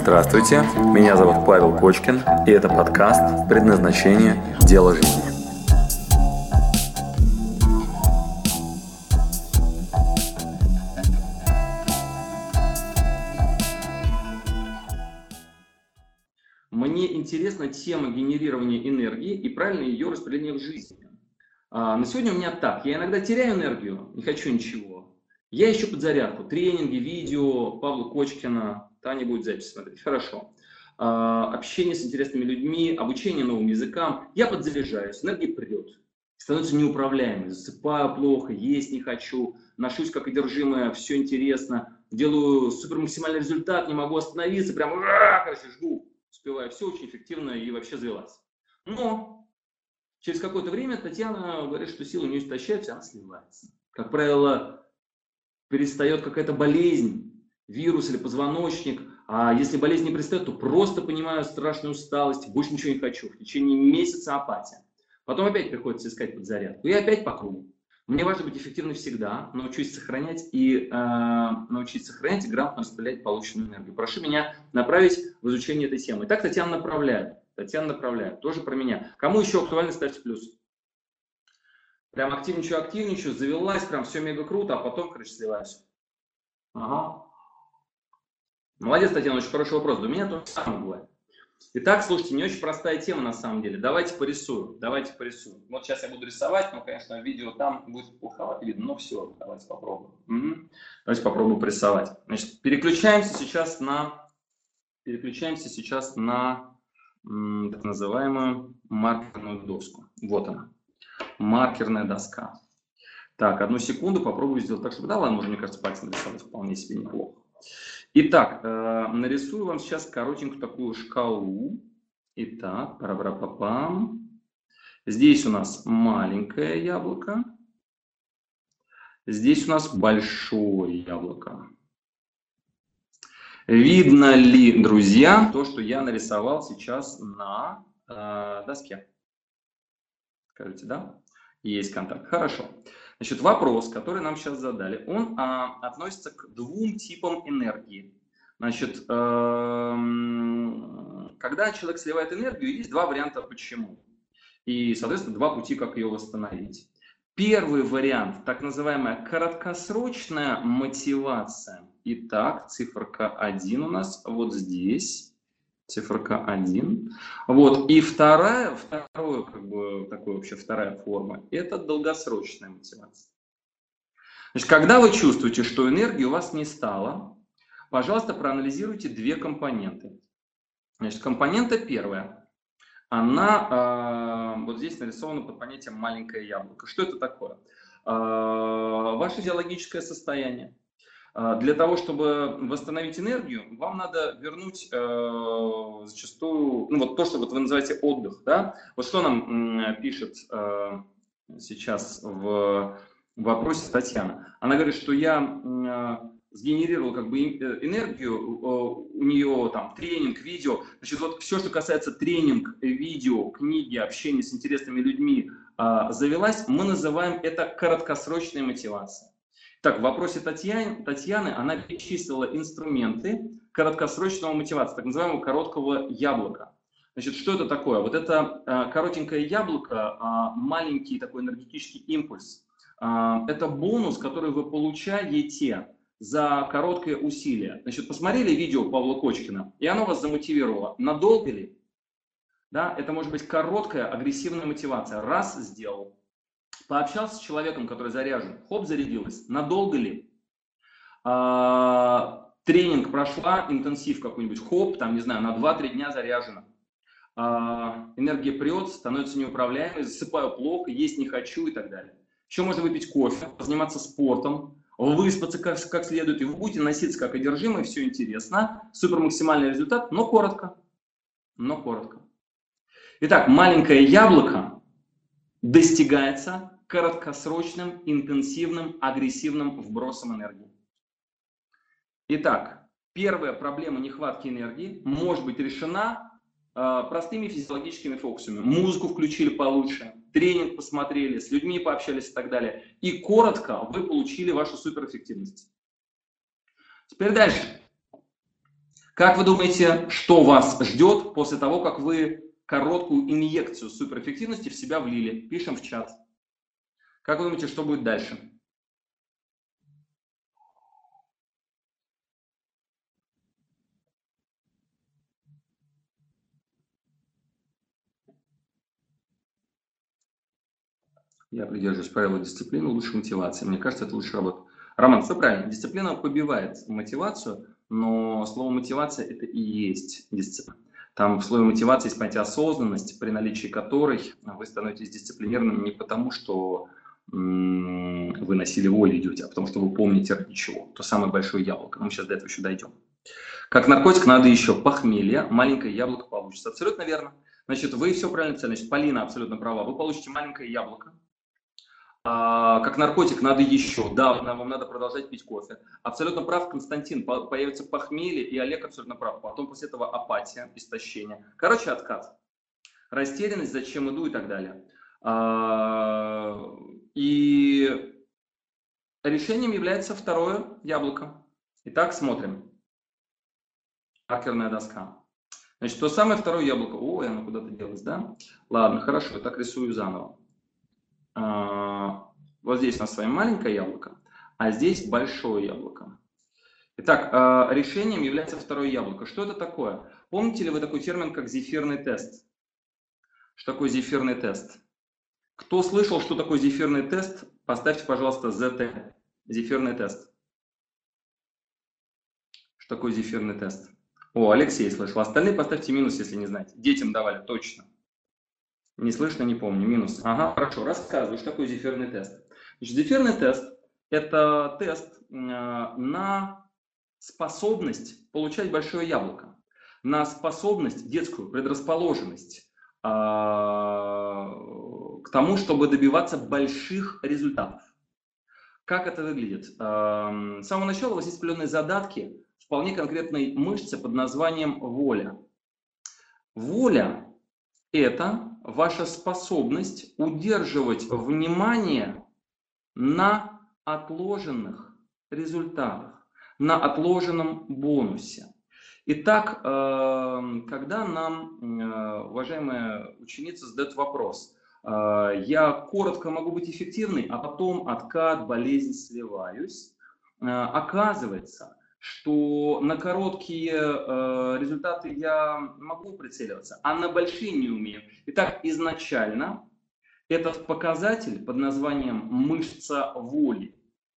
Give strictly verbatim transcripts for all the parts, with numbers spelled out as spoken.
Здравствуйте, меня зовут Павел Кочкин, и это подкаст «Предназначение. Дело жизни». Мне интересна тема генерирования энергии и правильное ее распределение в жизни. А, на сегодня у меня так. Я иногда теряю энергию, не хочу ничего. Я ищу подзарядку. Тренинги, видео Павла Кочкина. Таня будет запись смотреть. Хорошо. А, общение с интересными людьми, обучение новым языкам. Я подзаряжаюсь, энергия придет. Становится неуправляемой. Засыпаю плохо, есть не хочу. Ношусь как одержимая, все интересно. Делаю супер максимальный результат, не могу остановиться. Прям, короче, жгу. Успеваю все очень эффективно и вообще завелась. Но через какое-то время Татьяна говорит, что силы у нее истощаются, она сливается. Как правило, перестает какая-то болезнь, вирус или позвоночник. А если болезнь не перестает, то просто понимаю страшную усталость, больше ничего не хочу. В течение месяца апатия. Потом опять приходится искать подзарядку. И опять по кругу. Мне важно быть эффективным всегда, научиться сохранять и э, научиться сохранять и грамотно распределять полученную энергию. Прошу меня направить в изучение этой темы. Итак, Татьяна направляет. Татьяна направляет. Тоже про меня. Кому еще актуально, ставьте плюс. Прям активничаю, активничаю, завелась, прям все мега круто, а потом, короче, сливаюсь. Ага. Молодец, Татьяна, очень хороший вопрос. У меня то же самое бывает. Итак, слушайте, не очень простая тема на самом деле. Давайте порисую. Давайте порисую. Вот сейчас я буду рисовать, но, конечно, видео там будет плоховато видно, но все, давайте попробуем. Угу. Давайте попробуем порисовать. Значит, переключаемся сейчас на, переключаемся сейчас на м, так называемую маркерную доску. Вот она. Маркерная доска. Так, одну секунду, попробую сделать так, чтобы... Да, ладно, уже, мне кажется, пальцем нарисовать вполне себе неплохо. Итак, э, нарисую вам сейчас коротенькую такую шкалу. Итак, пара-пара-па-пам. Здесь у нас маленькое яблоко. Здесь у нас большое яблоко. Видно ли, друзья, то, что я нарисовал сейчас на э, доске? Скажите, да? Есть контакт. Хорошо. Значит, вопрос, который нам сейчас задали, он а, относится к двум типам энергии. Значит, э, когда человек сливает энергию, есть два варианта почему. И, соответственно, два пути, как ее восстановить. Первый вариант, так называемая краткосрочная мотивация. Итак, циферка один у нас вот здесь. Циферка один. Вот. И вторая, второе, как бы, такое вообще вторая форма, это долгосрочная мотивация. Значит, когда вы чувствуете, что энергии у вас не стало, пожалуйста, проанализируйте две компоненты. Значит, компонента первая, она э, вот здесь нарисована под понятием маленькое яблоко. Что это такое? Э, ваше физиологическое состояние. Для того, чтобы восстановить энергию, вам надо вернуть э, зачастую, ну вот то, что вот вы называете отдых, да? Вот что нам э, пишет э, сейчас в вопросе Татьяна. Она говорит, что я э, сгенерировал как бы энергию, э, у нее там тренинг, видео. Значит, вот все, что касается тренинг, видео, книги, общения с интересными людьми э, завелась, мы называем это краткосрочной мотивацией. Так, в вопросе Татьяны, Татьяны она перечислила инструменты краткосрочного мотивации, так называемого короткого яблока. Значит, что это такое? Вот это э, коротенькое яблоко, э, маленький такой энергетический импульс. Э, это бонус, который вы получаете за короткое усилие. Значит, посмотрели видео Павла Кочкина, и оно вас замотивировало. Надолго ли? Да, это может быть короткая агрессивная мотивация. Раз сделал. Пообщался с человеком, который заряжен, хоп, зарядилась. Надолго ли? А, тренинг прошла, интенсив какой-нибудь, хоп, там, не знаю, на два-три дня заряжена. А, энергия прет, становится неуправляемой, засыпаю плохо, есть не хочу и так далее. Еще можно выпить кофе, заниматься спортом, выспаться как, как следует, и вы будете носиться как одержимый, все интересно, супер максимальный результат, но коротко. Но коротко. Итак, маленькое яблоко достигается краткосрочным, интенсивным, агрессивным вбросом энергии. Итак, первая проблема нехватки энергии может быть решена э, простыми физиологическими фокусами. Музыку включили получше, тренинг посмотрели, с людьми пообщались и так далее. И коротко вы получили вашу суперэффективность. Теперь дальше. Как вы думаете, что вас ждет после того, как вы короткую инъекцию суперэффективности в себя влили? Пишем в чат. Как вы думаете, что будет дальше? Я придерживаюсь правила дисциплины, лучше мотивации. Мне кажется, это лучше работает. Роман, все правильно. Дисциплина побивает мотивацию, но слово мотивация это и есть дисциплина. Там в слове мотивации есть понятие осознанность, при наличии которой вы становитесь дисциплинированным не потому, что м- вы на силе воли идете, а потому что вы помните ради чего. То самое большое яблоко. Мы сейчас до этого еще дойдем. Как наркотик надо еще похмелье, маленькое яблоко получится. Абсолютно верно. Значит, вы все правильно сказали. Значит, Полина абсолютно права. Вы получите маленькое яблоко. А, как наркотик надо еще. Да, вам надо продолжать пить кофе. Абсолютно прав Константин. Появится похмелье, и Олег абсолютно прав. Потом после этого апатия, истощение. Короче, откат. Растерянность, зачем иду и так далее. А, и решением является второе яблоко. Итак, смотрим. Маркерная доска. Значит, то самое второе яблоко. Ой, оно куда-то делось, да? Ладно, хорошо, я так рисую заново. Вот здесь у нас с вами маленькое яблоко, а здесь большое яблоко. Итак, решением является второе яблоко. Что это такое? Помните ли вы такой термин, как зефирный тест? Что такое зефирный тест? Кто слышал, что такое зефирный тест, поставьте, пожалуйста, зет тэ. Зефирный тест. Что такое зефирный тест? О, Алексей слышал. Остальные поставьте минус, если не знаете. Детям давали, точно. Не слышно, не помню. Минус. Ага, хорошо. Рассказываю, что такое зефирный тест. Значит, зефирный тест – это тест на способность получать большое яблоко, на способность, детскую предрасположенность к тому, чтобы добиваться больших результатов. Как это выглядит? С самого начала у вас есть определенные задатки вполне конкретной мышцы под названием воля. Воля – это ваша способность удерживать внимание на отложенных результатах, на отложенном бонусе. Итак, когда нам, уважаемая ученица, задает вопрос, я коротко могу быть эффективной, а потом откат, болезнь, сливаюсь, оказывается, что на короткие результаты я могу прицеливаться, а на большие не умею. Итак, изначально этот показатель под названием мышца воли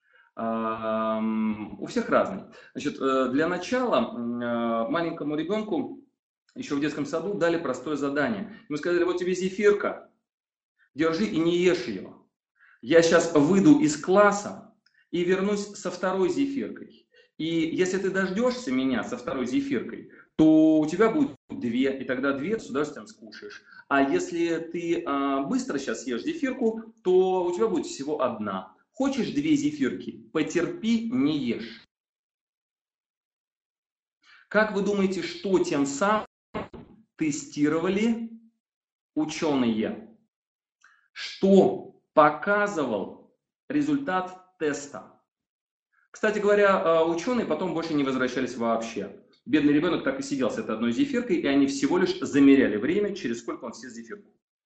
у всех разный. Значит, для начала маленькому ребенку еще в детском саду дали простое задание. Ему сказали, вот тебе зефирка, держи и не ешь ее. Я сейчас выйду из класса и вернусь со второй зефиркой. И если ты дождешься меня со второй зефиркой, то у тебя будет две, и тогда две ты с удовольствием скушаешь. А если ты а, быстро сейчас съешь зефирку, то у тебя будет всего одна. Хочешь две зефирки? Потерпи, не ешь. Как вы думаете, что тем самым тестировали ученые? Что показывал результат теста? Кстати говоря, ученые потом больше не возвращались вообще. Бедный ребенок так и сидел с этой одной зефиркой, и они всего лишь замеряли время, через сколько он съест зефирку.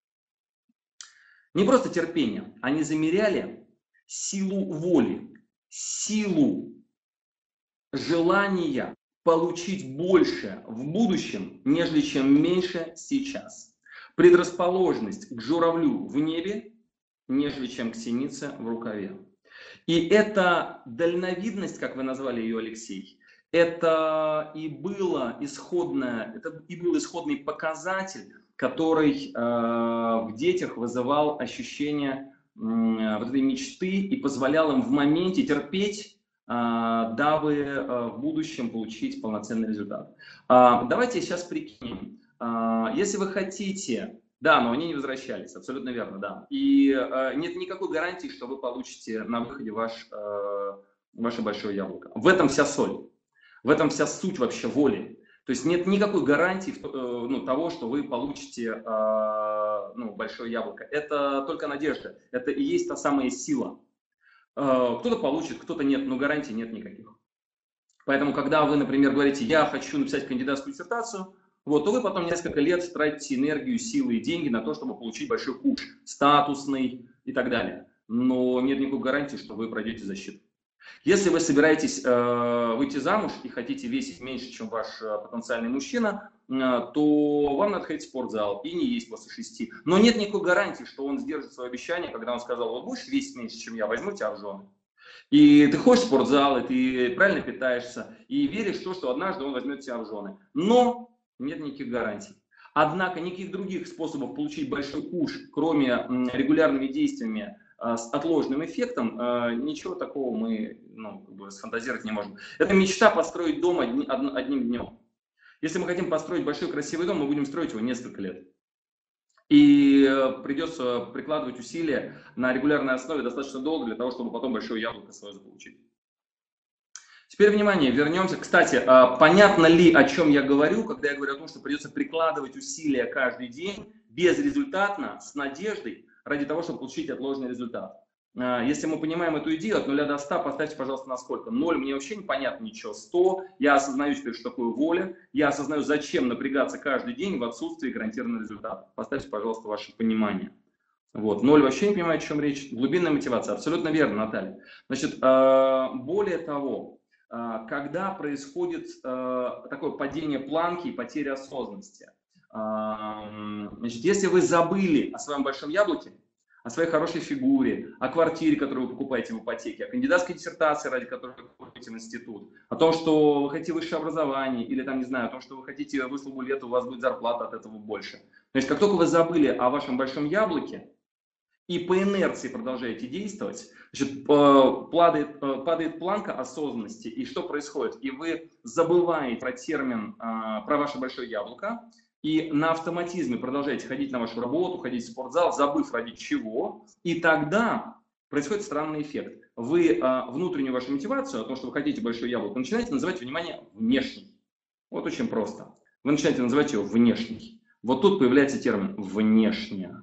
Не просто терпение, они замеряли силу воли, силу желания получить больше в будущем, нежели чем меньше сейчас. Предрасположенность к журавлю в небе, нежели чем к синице в рукаве. И эта дальновидность, как вы назвали ее, Алексей, это и, было исходное, это и был исходный показатель, который э, в детях вызывал ощущение э, вот этой мечты и позволял им в моменте терпеть, э, дабы э, в будущем получить полноценный результат. Э, давайте сейчас прикинем. Э, если вы хотите... Да, но они не возвращались, абсолютно верно, да. И э, нет никакой гарантии, что вы получите на выходе ваш, э, ваше большое яблоко. В этом вся соль, в этом вся суть вообще воли. То есть нет никакой гарантии э, ну, того, что вы получите э, ну, большое яблоко. Это только надежда, это и есть та самая сила. Э, кто-то получит, кто-то нет, но гарантий нет никаких. Поэтому, когда вы, например, говорите, я хочу написать кандидатскую диссертацию, вот, то вы потом несколько лет тратите энергию, силы и деньги на то, чтобы получить большой курс, статусный и так далее. Но нет никакой гарантии, что вы пройдете защиту. Если вы собираетесь э, выйти замуж и хотите весить меньше, чем ваш э, потенциальный мужчина, э, то вам надо ходить в спортзал и не есть после шести. Но нет никакой гарантии, что он сдержит свое обещание, когда он сказал, вот будешь весить меньше, чем я, возьму тебя в жены. И ты ходишь в спортзал, и ты правильно питаешься, и веришь в то, что однажды он возьмет тебя в жены. Но нет никаких гарантий. Однако никаких других способов получить большой куш, кроме м, регулярными действиями, с отложенным эффектом, ничего такого мы ну, как бы сфантазировать не можем. Это мечта построить дом одни, одним днем. Если мы хотим построить большой красивый дом, мы будем строить его несколько лет. И придется прикладывать усилия на регулярной основе достаточно долго для того, чтобы потом большое яблоко свое заполучить. Теперь, внимание, вернемся. Кстати, понятно ли, о чем я говорю, когда я говорю о том, что придется прикладывать усилия каждый день безрезультатно, с надеждой, ради того, чтобы получить отложенный результат. Если мы понимаем эту идею, от нуля до ста, поставьте, пожалуйста, на сколько? ноль, мне вообще непонятно ничего. сто, я осознаю теперь, что такое воля, я осознаю, зачем напрягаться каждый день в отсутствии гарантированного результата. Поставьте, пожалуйста, ваше понимание. Вот. ноль, вообще не понимаю, о чем речь. Глубинная мотивация. Абсолютно верно, Наталья. Значит, более того, когда происходит такое падение планки и потеря осознанности, значит, если вы забыли о своем большом яблоке, о своей хорошей фигуре, о квартире, которую вы покупаете в ипотеке, о кандидатской диссертации, ради которой вы ходите в институт, о том, что вы хотите высшее образование, или там, не знаю, о том, что вы хотите выслугу лет, у вас будет зарплата от этого больше. То есть, как только вы забыли о вашем большом яблоке и по инерции продолжаете действовать, значит, падает, падает планка осознанности, и что происходит? И вы забываете про термин, про ваше большое яблоко, и на автоматизме продолжаете ходить на вашу работу, ходить в спортзал, забыв ради чего, и тогда происходит странный эффект. Вы а, внутреннюю вашу мотивацию, о том, что вы хотите большое яблоко, начинаете называть, внимание, внешней. Вот очень просто. Вы начинаете называть его внешней. Вот тут появляется термин внешняя.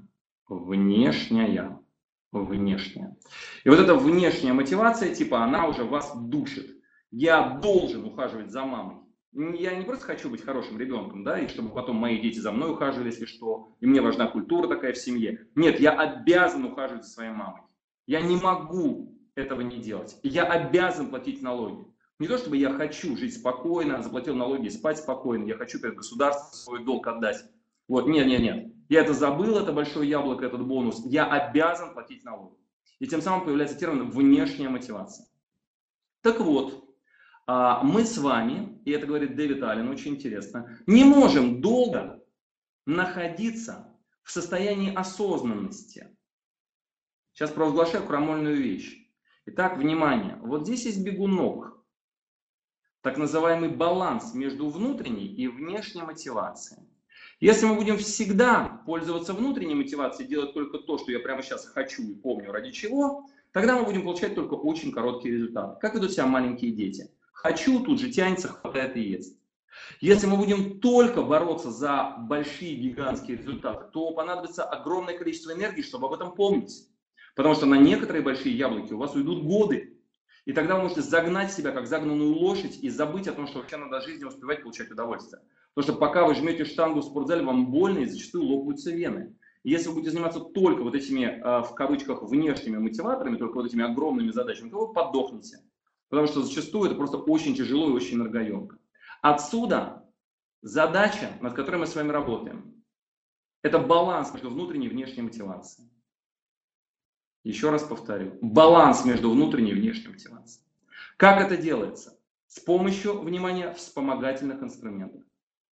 Внешняя. Внешняя. И вот эта внешняя мотивация, типа, она уже вас душит. Я должен ухаживать за мамой. Я не просто хочу быть хорошим ребенком, да, и чтобы потом мои дети за мной ухаживали, если что, и мне важна культура такая в семье. Нет, я обязан ухаживать за своей мамой. Я не могу этого не делать. Я обязан платить налоги. Не то, чтобы я хочу жить спокойно, заплатил налоги и спать спокойно, я хочу перед государством свой долг отдать. Вот, нет, нет, нет. Я это забыл, это большое яблоко, этот бонус. Я обязан платить налоги. И тем самым появляется термин «внешняя мотивация». Так вот, мы с вами, и это говорит Дэвид Аллен, очень интересно, не можем долго находиться в состоянии осознанности. Сейчас провозглашаю крамольную вещь. Итак, внимание, вот здесь есть бегунок, так называемый баланс между внутренней и внешней мотивацией. Если мы будем всегда пользоваться внутренней мотивацией, делать только то, что я прямо сейчас хочу и помню ради чего, тогда мы будем получать только очень короткие результаты. Как ведут себя маленькие дети? Хочу, тут же тянется, хватает и ест. Если мы будем только бороться за большие гигантские результаты, то понадобится огромное количество энергии, чтобы об этом помнить. Потому что на некоторые большие яблоки у вас уйдут годы. И тогда вы можете загнать себя, как загнанную лошадь, и забыть о том, что вообще надо в жизни успевать получать удовольствие. Потому что пока вы жмете штангу в спортзале, вам больно и зачастую лопаются вены. И если вы будете заниматься только вот этими, в кавычках, внешними мотиваторами, только вот этими огромными задачами, то вы подохнете. Потому что зачастую это просто очень тяжело и очень энергоемко. Отсюда задача, над которой мы с вами работаем, это баланс между внутренней и внешней мотивацией. Еще раз повторю. Баланс между внутренней и внешней мотивацией. Как это делается? С помощью, внимания, вспомогательных инструментов.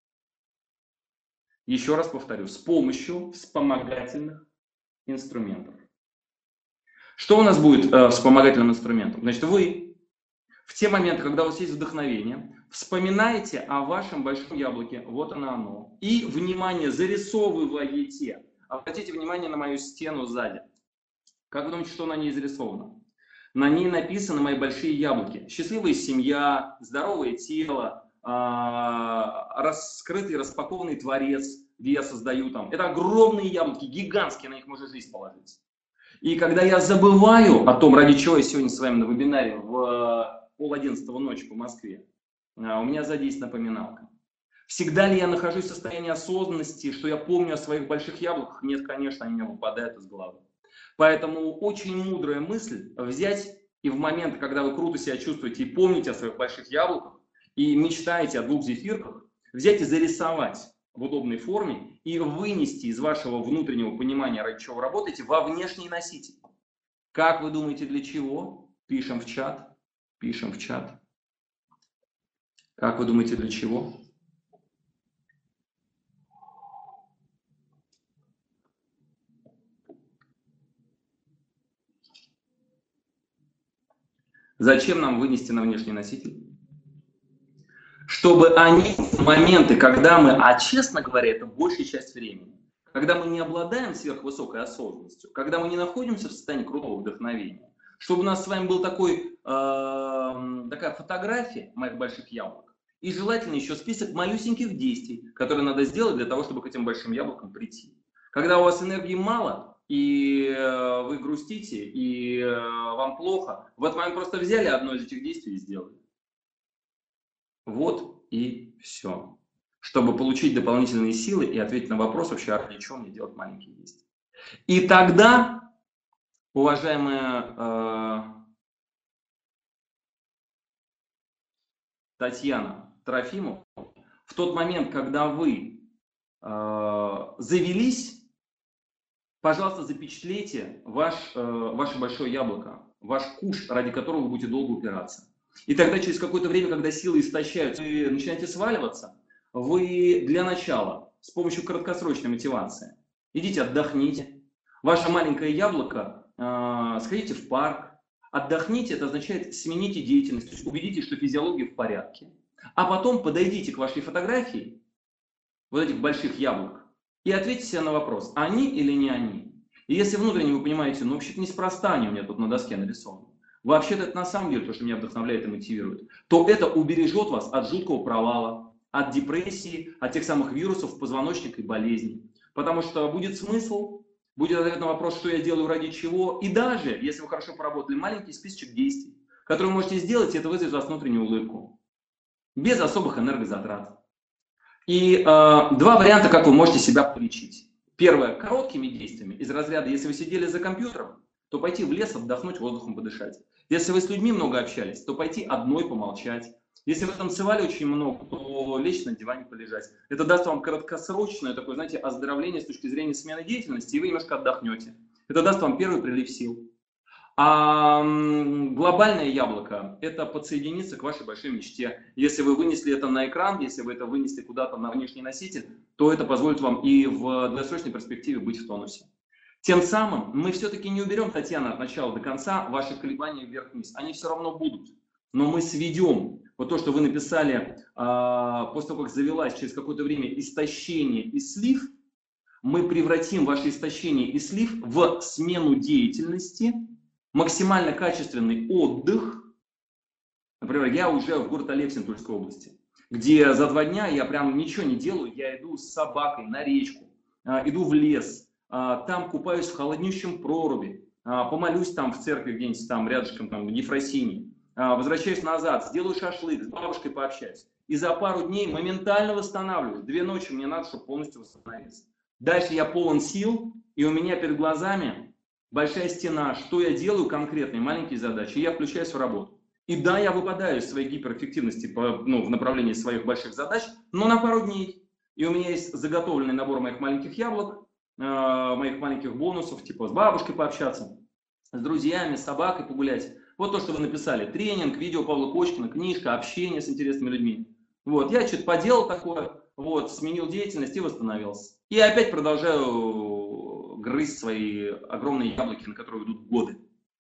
Еще раз повторю. С помощью вспомогательных инструментов. Что у нас будет э, вспомогательным инструментом? Значит, вы в те моменты, когда у вас есть вдохновение, вспоминаете о вашем большом яблоке, вот оно оно, и, внимание, зарисовываете. Обратите внимание на мою стену сзади. Как вы думаете, что на ней зарисовано? На ней написаны мои большие яблоки. Счастливая семья, здоровое тело, раскрытый, распакованный творец, где я создаю там. Это огромные яблоки, гигантские, на них можно жизнь положить. И когда я забываю о том, ради чего я сегодня с вами на вебинаре в пол одиннадцатого ночи по Москве, у меня сзади есть напоминалка. Всегда ли я нахожусь в состоянии осознанности, что я помню о своих больших яблоках? Нет, конечно, они у меня выпадают из головы. Поэтому очень мудрая мысль взять и в момент, когда вы круто себя чувствуете и помните о своих больших яблоках, и мечтаете о двух зефирках, взять и зарисовать в удобной форме и вынести из вашего внутреннего понимания, ради чего вы работаете, во внешний носитель. Как вы думаете, для чего? Пишем в чат. Пишем в чат. Как вы думаете, для чего? Зачем нам вынести на внешний носитель? Чтобы они в моменты, когда мы, а честно говоря, это большая часть времени, когда мы не обладаем сверхвысокой осознанностью, когда мы не находимся в состоянии крутого вдохновения, чтобы у нас с вами был такой, э, такая фотография моих больших яблок и желательно еще список малюсеньких действий, которые надо сделать для того, чтобы к этим большим яблокам прийти. Когда у вас энергии мало, и вы грустите, и вам плохо, в этот момент просто взяли одно из этих действий и сделали. Вот и все. Чтобы получить дополнительные силы и ответить на вопрос, вообще, ради чего мне делать маленькие действия. И тогда, уважаемая э, Татьяна Трофимова, в тот момент, когда вы э, завелись, пожалуйста, запечатлейте ваш, э, ваше большое яблоко, ваш куш, ради которого вы будете долго упираться. И тогда через какое-то время, когда силы истощаются и начинаете сваливаться, вы для начала с помощью краткосрочной мотивации идите отдохните. Ваше маленькое яблоко, э, сходите в парк, отдохните, это означает смените деятельность, то есть убедитесь, что физиология в порядке. А потом подойдите к вашей фотографии, вот этих больших яблок, и ответьте себе на вопрос, они или не они. И если внутренне вы понимаете, ну вообще-то неспроста они у меня тут на доске нарисованы, вообще-то это на самом деле то, что меня вдохновляет и мотивирует, то это убережет вас от жуткого провала, от депрессии, от тех самых вирусов позвоночника и болезней. Потому что будет смысл, будет ответ на вопрос, что я делаю, ради чего. И даже, если вы хорошо поработали, маленький списочек действий, которые вы можете сделать, и это вызовет у вас внутреннюю улыбку. Без особых энергозатрат. И э, два варианта, как вы можете себя полечить. Первое, короткими действиями, из разряда, если вы сидели за компьютером, то пойти в лес, отдохнуть, воздухом подышать. Если вы с людьми много общались, то пойти одной помолчать. Если вы танцевали очень много, то лечь на диване полежать. Это даст вам краткосрочное такое, знаете, оздоровление с точки зрения смены деятельности, и вы немножко отдохнете. Это даст вам первый прилив сил. А глобальное яблоко – это подсоединиться к вашей большой мечте. Если вы вынесли это на экран, если вы это вынесли куда-то на внешний носитель, то это позволит вам и в долгосрочной перспективе быть в тонусе. Тем самым мы все-таки не уберем, Татьяна, от начала до конца ваши колебания вверх-вниз. Они все равно будут. Но мы сведем вот то, что вы написали а, после того, как завелась через какое-то время истощение и слив, мы превратим ваше истощение и слив в смену деятельности, максимально качественный отдых. Например, я уезжаю в город Алексин Тульской области, где за два дня я прям ничего не делаю, я иду с собакой на речку, иду в лес, там купаюсь в холоднющем проруби, помолюсь там в церкви где-нибудь там рядышком, там, в Ефросинии, возвращаюсь назад, сделаю шашлык, с бабушкой пообщаюсь. И за пару дней моментально восстанавливаюсь. Две ночи мне надо, чтобы полностью восстановиться. Дальше я полон сил, и у меня перед глазами большая стена, что я делаю конкретные маленькие задачи, и я включаюсь в работу. И да, я выпадаю из своей гиперэффективности по, ну, в направлении своих больших задач, но на пару дней. И у меня есть заготовленный набор моих маленьких яблок, э, моих маленьких бонусов, типа с бабушкой пообщаться, с друзьями, с собакой погулять. Вот то, что вы написали. Тренинг, видео Павла Кочкина, книжка, общение с интересными людьми. Вот, я что-то поделал такое, вот, сменил деятельность и восстановился. И опять продолжаю грызть свои огромные яблоки, на которые идут годы.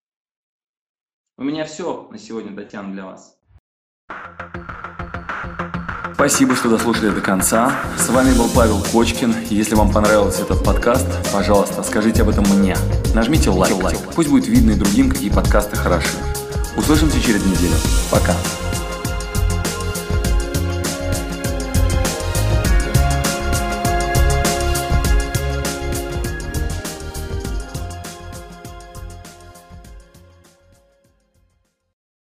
У меня все на сегодня, Татьяна, для вас. Спасибо, что дослушали до конца. С вами был Павел Кочкин. Если вам понравился этот подкаст, пожалуйста, скажите об этом мне. Нажмите лайк. Пусть будет видно и другим, какие подкасты хороши. Услышимся через неделю. Пока.